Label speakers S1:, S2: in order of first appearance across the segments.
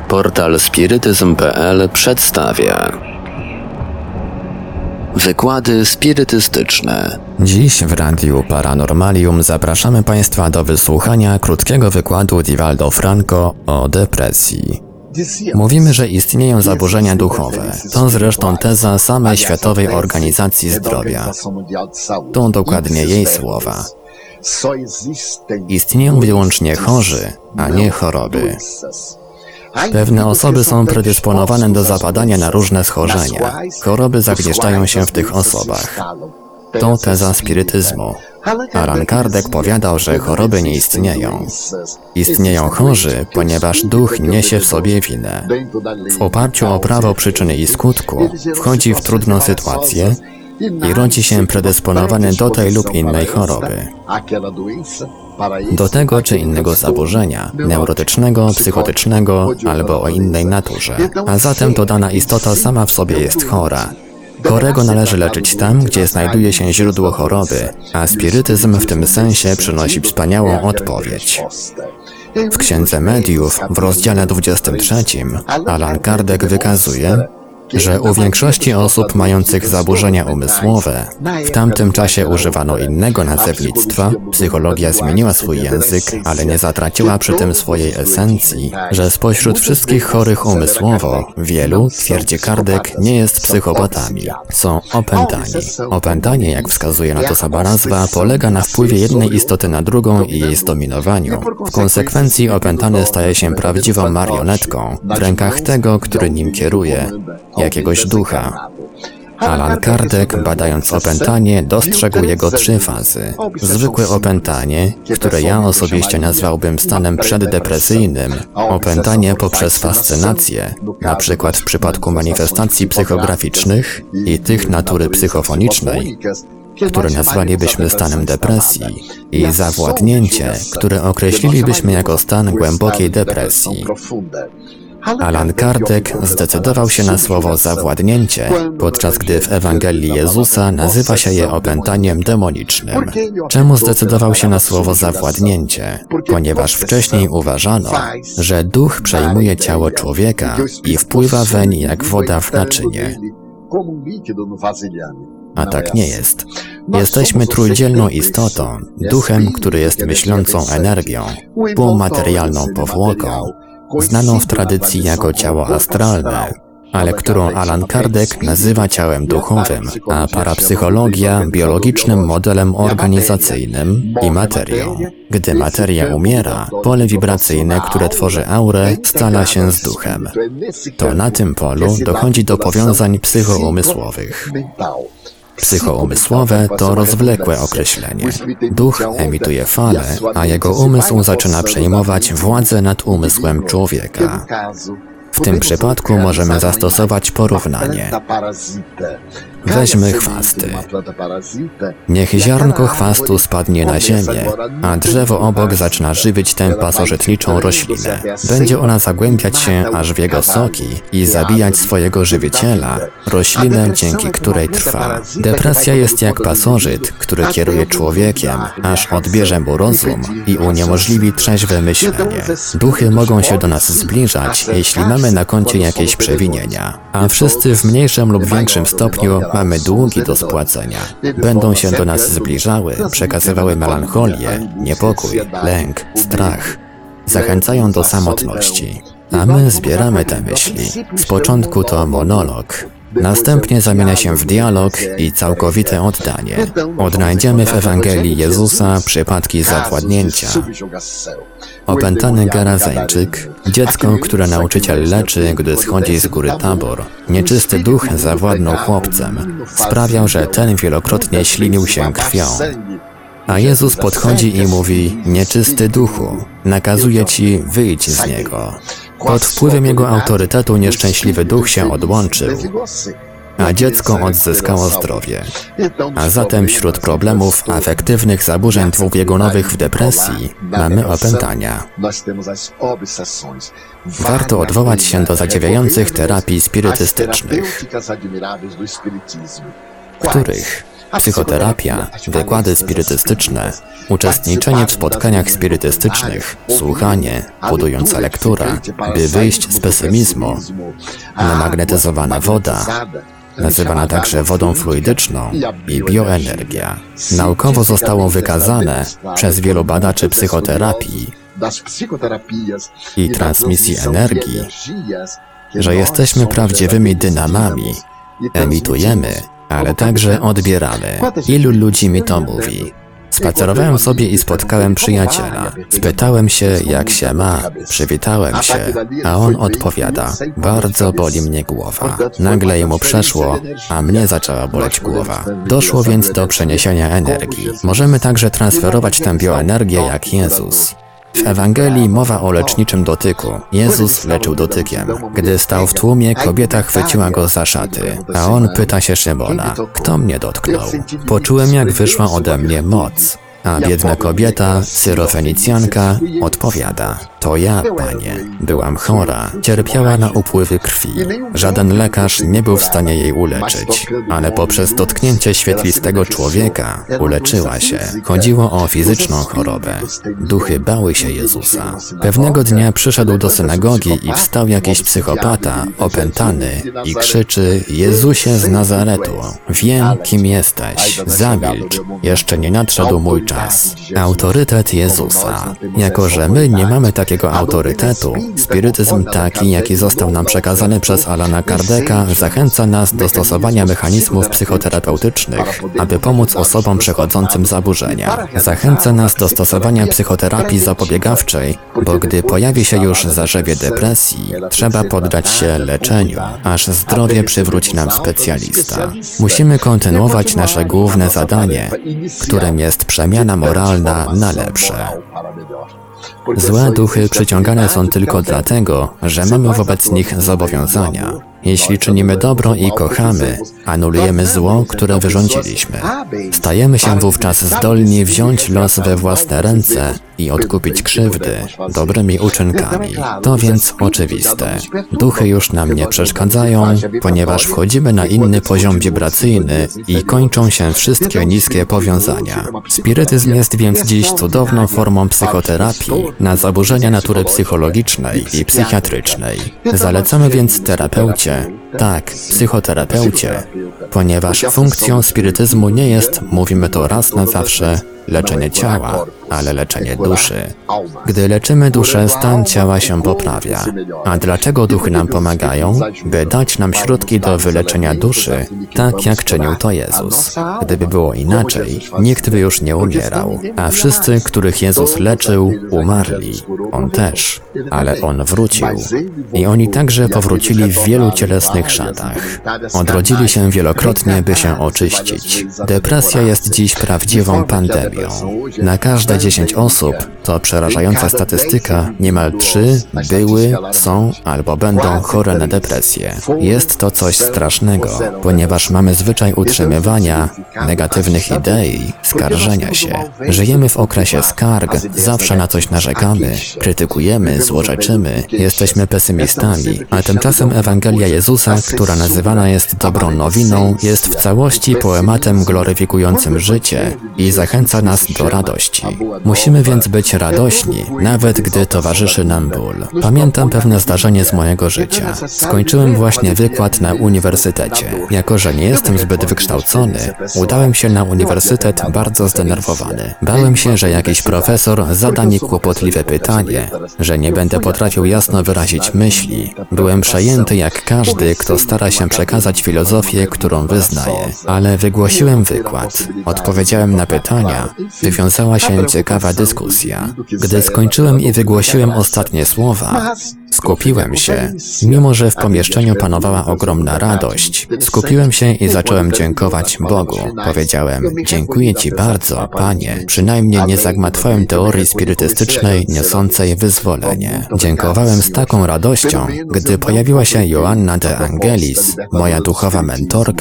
S1: Portal spirytyzm.pl przedstawia wykłady spirytystyczne. Dziś w Radiu Paranormalium zapraszamy Państwa do wysłuchania krótkiego wykładu Divaldo Franco o depresji. Mówimy, że istnieją zaburzenia duchowe. To zresztą teza samej Światowej Organizacji Zdrowia. To dokładnie jej słowa. Istnieją wyłącznie chorzy, a nie choroby. Pewne osoby są predysponowane do zapadania na różne schorzenia. Choroby zagnieżdżają się w tych osobach. To teza spirytyzmu. Allan Kardec powiadał, że choroby nie istnieją. Istnieją chorzy, ponieważ duch niesie w sobie winę. W oparciu o prawo przyczyny i skutku wchodzi w trudną sytuację i rodzi się predysponowany do tej lub innej choroby. Do tego czy innego zaburzenia, neurotycznego, psychotycznego albo o innej naturze. A zatem to dana istota sama w sobie jest chora. Chorego należy leczyć tam, gdzie znajduje się źródło choroby, a spirytyzm w tym sensie przynosi wspaniałą odpowiedź. W Księdze Mediów, w rozdziale 23, Allan Kardec wykazuje, że u większości osób mających zaburzenia umysłowe w tamtym czasie używano innego nazewnictwa, psychologia zmieniła swój język, ale nie zatraciła przy tym swojej esencji, że spośród wszystkich chorych umysłowo wielu, twierdzi Kardec, nie jest psychopatami, są opętani. Opętanie, jak wskazuje na to sama nazwa, polega na wpływie jednej istoty na drugą i jej zdominowaniu. W konsekwencji opętany staje się prawdziwą marionetką w rękach tego, który nim kieruje, jakiegoś ducha. Allan Kardec, badając opętanie, dostrzegł jego 3 fazy. Zwykłe opętanie, które ja osobiście nazwałbym stanem przeddepresyjnym, opętanie poprzez fascynację, na przykład w przypadku manifestacji psychograficznych i tych natury psychofonicznej, które nazwalibyśmy stanem depresji, i zawładnięcie, które określilibyśmy jako stan głębokiej depresji. Allan Kardec zdecydował się na słowo zawładnięcie, podczas gdy w Ewangelii Jezusa nazywa się je opętaniem demonicznym. Czemu zdecydował się na słowo zawładnięcie? Ponieważ wcześniej uważano, że duch przejmuje ciało człowieka i wpływa weń jak woda w naczynie. A tak nie jest. Jesteśmy trójdzielną istotą, duchem, który jest myślącą energią, półmaterialną powłoką, znaną w tradycji jako ciało astralne, ale którą Allan Kardec nazywa ciałem duchowym, a parapsychologia biologicznym modelem organizacyjnym i materią. Gdy materia umiera, pole wibracyjne, które tworzy aurę, scala się z duchem. To na tym polu dochodzi do powiązań psychoumysłowych. Psychoumysłowe to rozwlekłe określenie. Duch emituje fale, a jego umysł zaczyna przejmować władzę nad umysłem człowieka. W tym przypadku możemy zastosować porównanie. Weźmy chwasty. Niech ziarnko chwastu spadnie na ziemię, a drzewo obok zaczyna żywić tę pasożytniczą roślinę. Będzie ona zagłębiać się aż w jego soki i zabijać swojego żywiciela, roślinę, dzięki której trwa. Depresja jest jak pasożyt, który kieruje człowiekiem, aż odbierze mu rozum i uniemożliwi trzeźwe myślenie. Duchy mogą się do nas zbliżać, jeśli mamy na koncie jakieś przewinienia, a wszyscy w mniejszym lub większym stopniu mamy długi do spłacenia. Będą się do nas zbliżały, przekazywały melancholię, niepokój, lęk, strach. Zachęcają do samotności. A my zbieramy te myśli. Z początku to monolog. Następnie zamienia się w dialog i całkowite oddanie. Odnajdziemy w Ewangelii Jezusa przypadki zawładnięcia. Opętany Gerazeńczyk, dziecko, które nauczyciel leczy, gdy schodzi z góry Tabor. Nieczysty duch zawładnął chłopcem. Sprawiał, że ten wielokrotnie ślinił się krwią. A Jezus podchodzi i mówi: nieczysty duchu, nakazuję ci, wyjdź z niego. Pod wpływem jego autorytetu nieszczęśliwy duch się odłączył, a dziecko odzyskało zdrowie. A zatem wśród problemów afektywnych zaburzeń dwubiegunowych w depresji mamy opętania. Warto odwołać się do zadziwiających terapii spirytystycznych, których Psychoterapia, wykłady spirytystyczne, uczestniczenie w spotkaniach spirytystycznych, słuchanie, budująca lektura, by wyjść z pesymizmu, namagnetyzowana woda, nazywana także wodą fluidyczną, i bioenergia. Naukowo zostało wykazane przez wielu badaczy psychoterapii i transmisji energii, że jesteśmy prawdziwymi dynamami. Emitujemy, ale także odbieramy. Ilu ludzi mi to mówi? Spacerowałem sobie i spotkałem przyjaciela. Spytałem się, jak się ma, przywitałem się, a on odpowiada: bardzo boli mnie głowa. Nagle jemu przeszło, a mnie zaczęła boleć głowa. Doszło więc do przeniesienia energii. Możemy także transferować tę bioenergię jak Jezus. W Ewangelii mowa o leczniczym dotyku. Jezus leczył dotykiem. Gdy stał w tłumie, kobieta chwyciła go za szaty, a on pyta się Szymona: kto mnie dotknął? Poczułem, jak wyszła ode mnie moc. A biedna kobieta, Syrofenicjanka, odpowiada: to ja, Panie. Byłam chora, cierpiała na upływy krwi. Żaden lekarz nie był w stanie jej uleczyć, ale poprzez dotknięcie świetlistego człowieka uleczyła się. Chodziło o fizyczną chorobę. Duchy bały się Jezusa. Pewnego dnia przyszedł do synagogi i wstał jakiś psychopata, opętany, i krzyczy: Jezusie z Nazaretu, wiem, kim jesteś. Zamilcz, jeszcze nie nadszedł mój czas. Autorytet Jezusa. Jako że my nie mamy takiego autorytetu, spirytyzm taki, jaki został nam przekazany przez Alana Kardeka, zachęca nas do stosowania mechanizmów psychoterapeutycznych, aby pomóc osobom przechodzącym zaburzenia. Zachęca nas do stosowania psychoterapii zapobiegawczej, bo gdy pojawi się już zarzewie depresji, trzeba poddać się leczeniu, aż zdrowie przywróci nam specjalista. Musimy kontynuować nasze główne zadanie, którym jest przemiana moralna na lepsze. Złe duchy przyciągane są tylko dlatego, że mamy wobec nich zobowiązania. Jeśli czynimy dobro i kochamy, anulujemy zło, które wyrządziliśmy. Stajemy się wówczas zdolni wziąć los we własne ręce i odkupić krzywdy dobrymi uczynkami. To więc oczywiste. Duchy już nam nie przeszkadzają, ponieważ wchodzimy na inny poziom wibracyjny i kończą się wszystkie niskie powiązania. Spirytyzm jest więc dziś cudowną formą psychoterapii na zaburzenia natury psychologicznej i psychiatrycznej. Zalecamy więc terapeucie, tak, psychoterapeucie, ponieważ funkcją spirytyzmu nie jest, mówimy to raz na zawsze, leczenie ciała, ale leczenie duszy. Gdy leczymy duszę, stan ciała się poprawia. A dlaczego duchy nam pomagają? By dać nam środki do wyleczenia duszy, tak jak czynił to Jezus. Gdyby było inaczej, nikt by już nie umierał. A wszyscy, których Jezus leczył, umarli. On też. Ale On wrócił. I oni także powrócili w wielu cielesnych szatach. Odrodzili się wielokrotnie, by się oczyścić. Depresja jest dziś prawdziwą pandemią. Na każde 10 osób, to przerażająca statystyka, niemal 3 były, są albo będą chore na depresję. Jest to coś strasznego, ponieważ mamy zwyczaj utrzymywania negatywnych idei, skarżenia się. Żyjemy w okresie skarg, zawsze na coś narzekamy, krytykujemy, złorzeczymy, jesteśmy pesymistami, a tymczasem Ewangelia Jezusa, która nazywana jest dobrą nowiną, jest w całości poematem gloryfikującym życie i zachęca nas do radości. Musimy więc być radośni, nawet gdy towarzyszy nam ból. Pamiętam pewne zdarzenie z mojego życia. Skończyłem właśnie wykład na uniwersytecie. Jako że nie jestem zbyt wykształcony, udałem się na uniwersytet bardzo zdenerwowany. Bałem się, że jakiś profesor zada mi kłopotliwe pytanie, że nie będę potrafił jasno wyrazić myśli. Byłem przejęty jak każdy, kto stara się przekazać filozofię, którą wyznaje. Ale wygłosiłem wykład. Odpowiedziałem na pytania. Wywiązała się ciekawa dyskusja. Gdy skończyłem i wygłosiłem ostatnie słowa, skupiłem się, mimo że w pomieszczeniu panowała ogromna radość. Skupiłem się i zacząłem dziękować Bogu. Powiedziałem: dziękuję Ci bardzo, Panie. Przynajmniej nie zagmatwałem teorii spirytystycznej niosącej wyzwolenie. Dziękowałem z taką radością, gdy pojawiła się Joanna de Angelis, moja duchowa mentorka,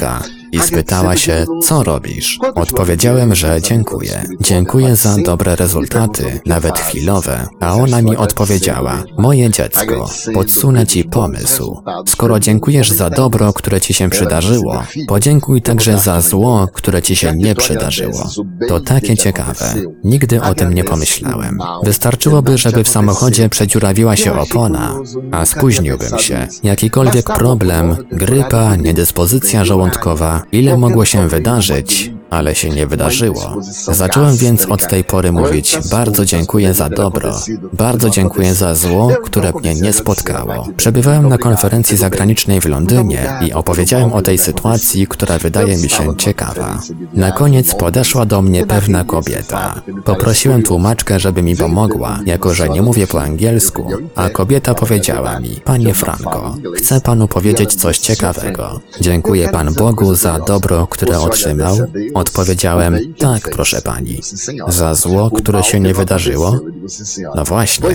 S1: i spytała się, co robisz? Odpowiedziałem, że dziękuję. Dziękuję za dobre rezultaty, nawet chwilowe. A ona mi odpowiedziała, moje dziecko, podsunę ci pomysł. Skoro dziękujesz za dobro, które ci się przydarzyło, podziękuj także za zło, które ci się nie przydarzyło. To takie ciekawe. Nigdy o tym nie pomyślałem. Wystarczyłoby, żeby w samochodzie przedziurawiła się opona, a spóźniłbym się. Jakikolwiek problem, grypa, niedyspozycja żołądkowa, ile mogło się wydarzyć, ale się nie wydarzyło. Zacząłem więc od tej pory mówić, bardzo dziękuję za dobro, bardzo dziękuję za zło, które mnie nie spotkało. Przebywałem na konferencji zagranicznej w Londynie i opowiedziałem o tej sytuacji, która wydaje mi się ciekawa. Na koniec podeszła do mnie pewna kobieta. Poprosiłem tłumaczkę, żeby mi pomogła, jako że nie mówię po angielsku, a kobieta powiedziała mi, panie Franco, chcę panu powiedzieć coś ciekawego. Dziękuję Pan Bogu za dobro, które otrzymał. Odpowiedziałem, tak, proszę pani. Za zło, które się nie wydarzyło? No właśnie.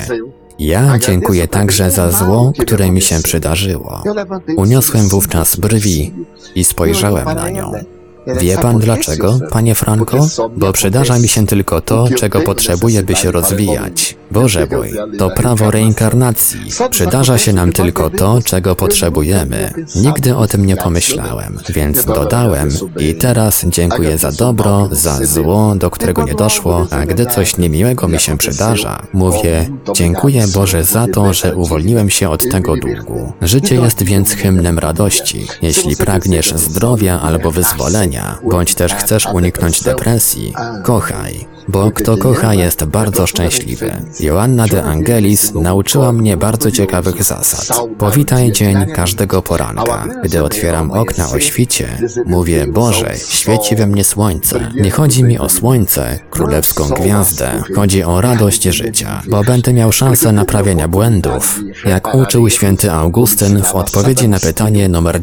S1: Ja dziękuję także za zło, które mi się przydarzyło. Uniosłem wówczas brwi i spojrzałem na nią. Wie pan dlaczego, panie Franco? Bo przydarza mi się tylko to, czego potrzebuję, by się rozwijać. Boże mój, to prawo reinkarnacji. Przydarza się nam tylko to, czego potrzebujemy. Nigdy o tym nie pomyślałem, więc dodałem i teraz dziękuję za dobro, za zło, do którego nie doszło, a gdy coś niemiłego mi się przydarza, mówię, dziękuję Boże za to, że uwolniłem się od tego długu. Życie jest więc hymnem radości. Jeśli pragniesz zdrowia albo wyzwolenia, bądź też chcesz uniknąć depresji, kochaj, bo kto kocha jest bardzo szczęśliwy. Joanna de Angelis nauczyła mnie bardzo ciekawych zasad. Powitaj dzień każdego poranka. Gdy otwieram okna o świcie, mówię, Boże, świeci we mnie słońce. Nie chodzi mi o słońce, królewską gwiazdę, chodzi o radość życia, bo będę miał szansę naprawienia błędów, jak uczył święty Augustyn w odpowiedzi na pytanie numer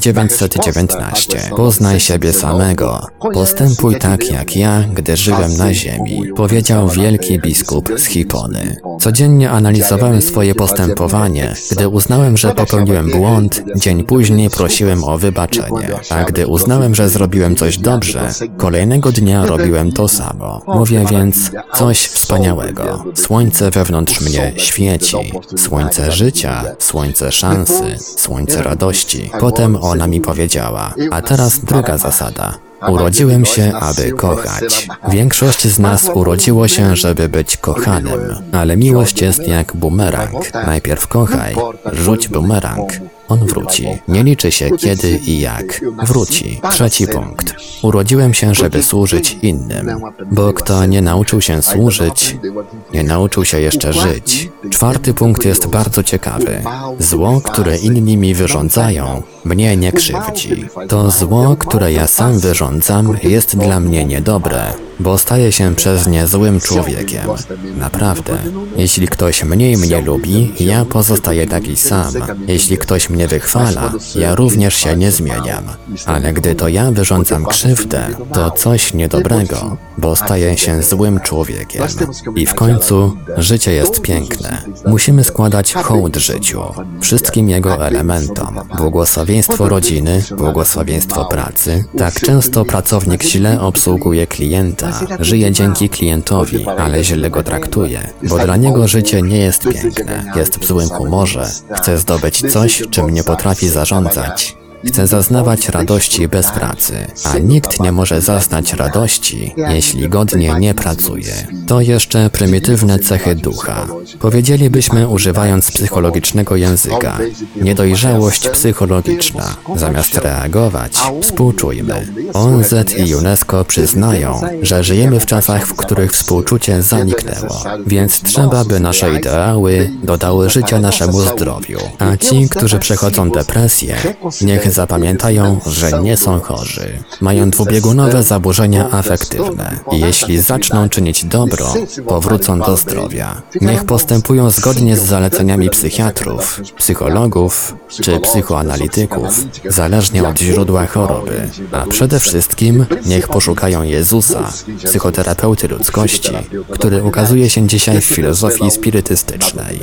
S1: 919. Poznaj siebie samego. Postępuj tak jak ja, gdy żyłem na ziemi, powiedział wielki biskup z Hipony. Codziennie analizowałem swoje postępowanie. Gdy uznałem, że popełniłem błąd, dzień później prosiłem o wybaczenie. A gdy uznałem, że zrobiłem coś dobrze, kolejnego dnia robiłem to samo. Mówię więc, coś wspaniałego. Słońce wewnątrz mnie świeci. Słońce życia, słońce szansy, słońce radości. Potem ona mi powiedziała, a teraz druga zasada. Urodziłem się, aby kochać. Większość z nas urodziło się, żeby być kochanym, ale miłość jest jak bumerang. Najpierw kochaj, rzuć bumerang. On wróci. Nie liczy się kiedy i jak. Wróci. Trzeci punkt. Urodziłem się, żeby służyć innym. Bo kto nie nauczył się służyć, nie nauczył się jeszcze żyć. Czwarty punkt jest bardzo ciekawy. Zło, które inni mi wyrządzają, mnie nie krzywdzi. To zło, które ja sam wyrządzam, jest dla mnie niedobre, bo staję się przez nie złym człowiekiem. Naprawdę. Jeśli ktoś mniej mnie lubi, ja pozostaję taki sam. Jeśli ktoś mnie wychwala, ja również się nie zmieniam. Ale gdy to ja wyrządzam krzywdę, to coś niedobrego, bo staję się złym człowiekiem. I w końcu życie jest piękne. Musimy składać hołd życiu, wszystkim jego elementom. Błogosławieństwo rodziny, błogosławieństwo pracy. Tak często pracownik źle obsługuje klienta, żyje dzięki klientowi, ale źle go traktuje, bo dla niego życie nie jest piękne, jest w złym humorze, chce zdobyć coś, czym nie potrafi zarządzać. Chce zaznawać radości bez pracy, a nikt nie może zaznać radości, jeśli godnie nie pracuje. To jeszcze prymitywne cechy ducha. Powiedzielibyśmy, używając psychologicznego języka, niedojrzałość psychologiczna. Zamiast reagować, współczujmy. ONZ i UNESCO przyznają, że żyjemy w czasach, w których współczucie zaniknęło, więc trzeba, by nasze ideały dodały życia naszemu zdrowiu. A ci, którzy przechodzą depresję, niech zapamiętają, że nie są chorzy. Mają dwubiegunowe zaburzenia afektywne i jeśli zaczną czynić dobro, powrócą do zdrowia. Niech postępują zgodnie z zaleceniami psychiatrów, psychologów czy psychoanalityków, zależnie od źródła choroby. A przede wszystkim niech poszukają Jezusa, psychoterapeuty ludzkości, który ukazuje się dzisiaj w filozofii spirytystycznej.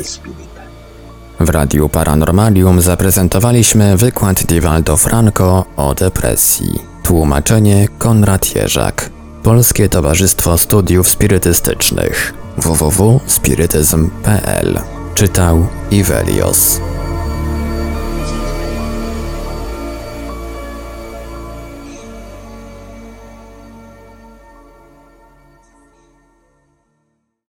S1: W Radiu Paranormalium zaprezentowaliśmy wykład Divaldo Franco o depresji. Tłumaczenie Konrad Jerzak. Polskie Towarzystwo Studiów Spirytystycznych. www.spirytyzm.pl. Czytał Iwelios.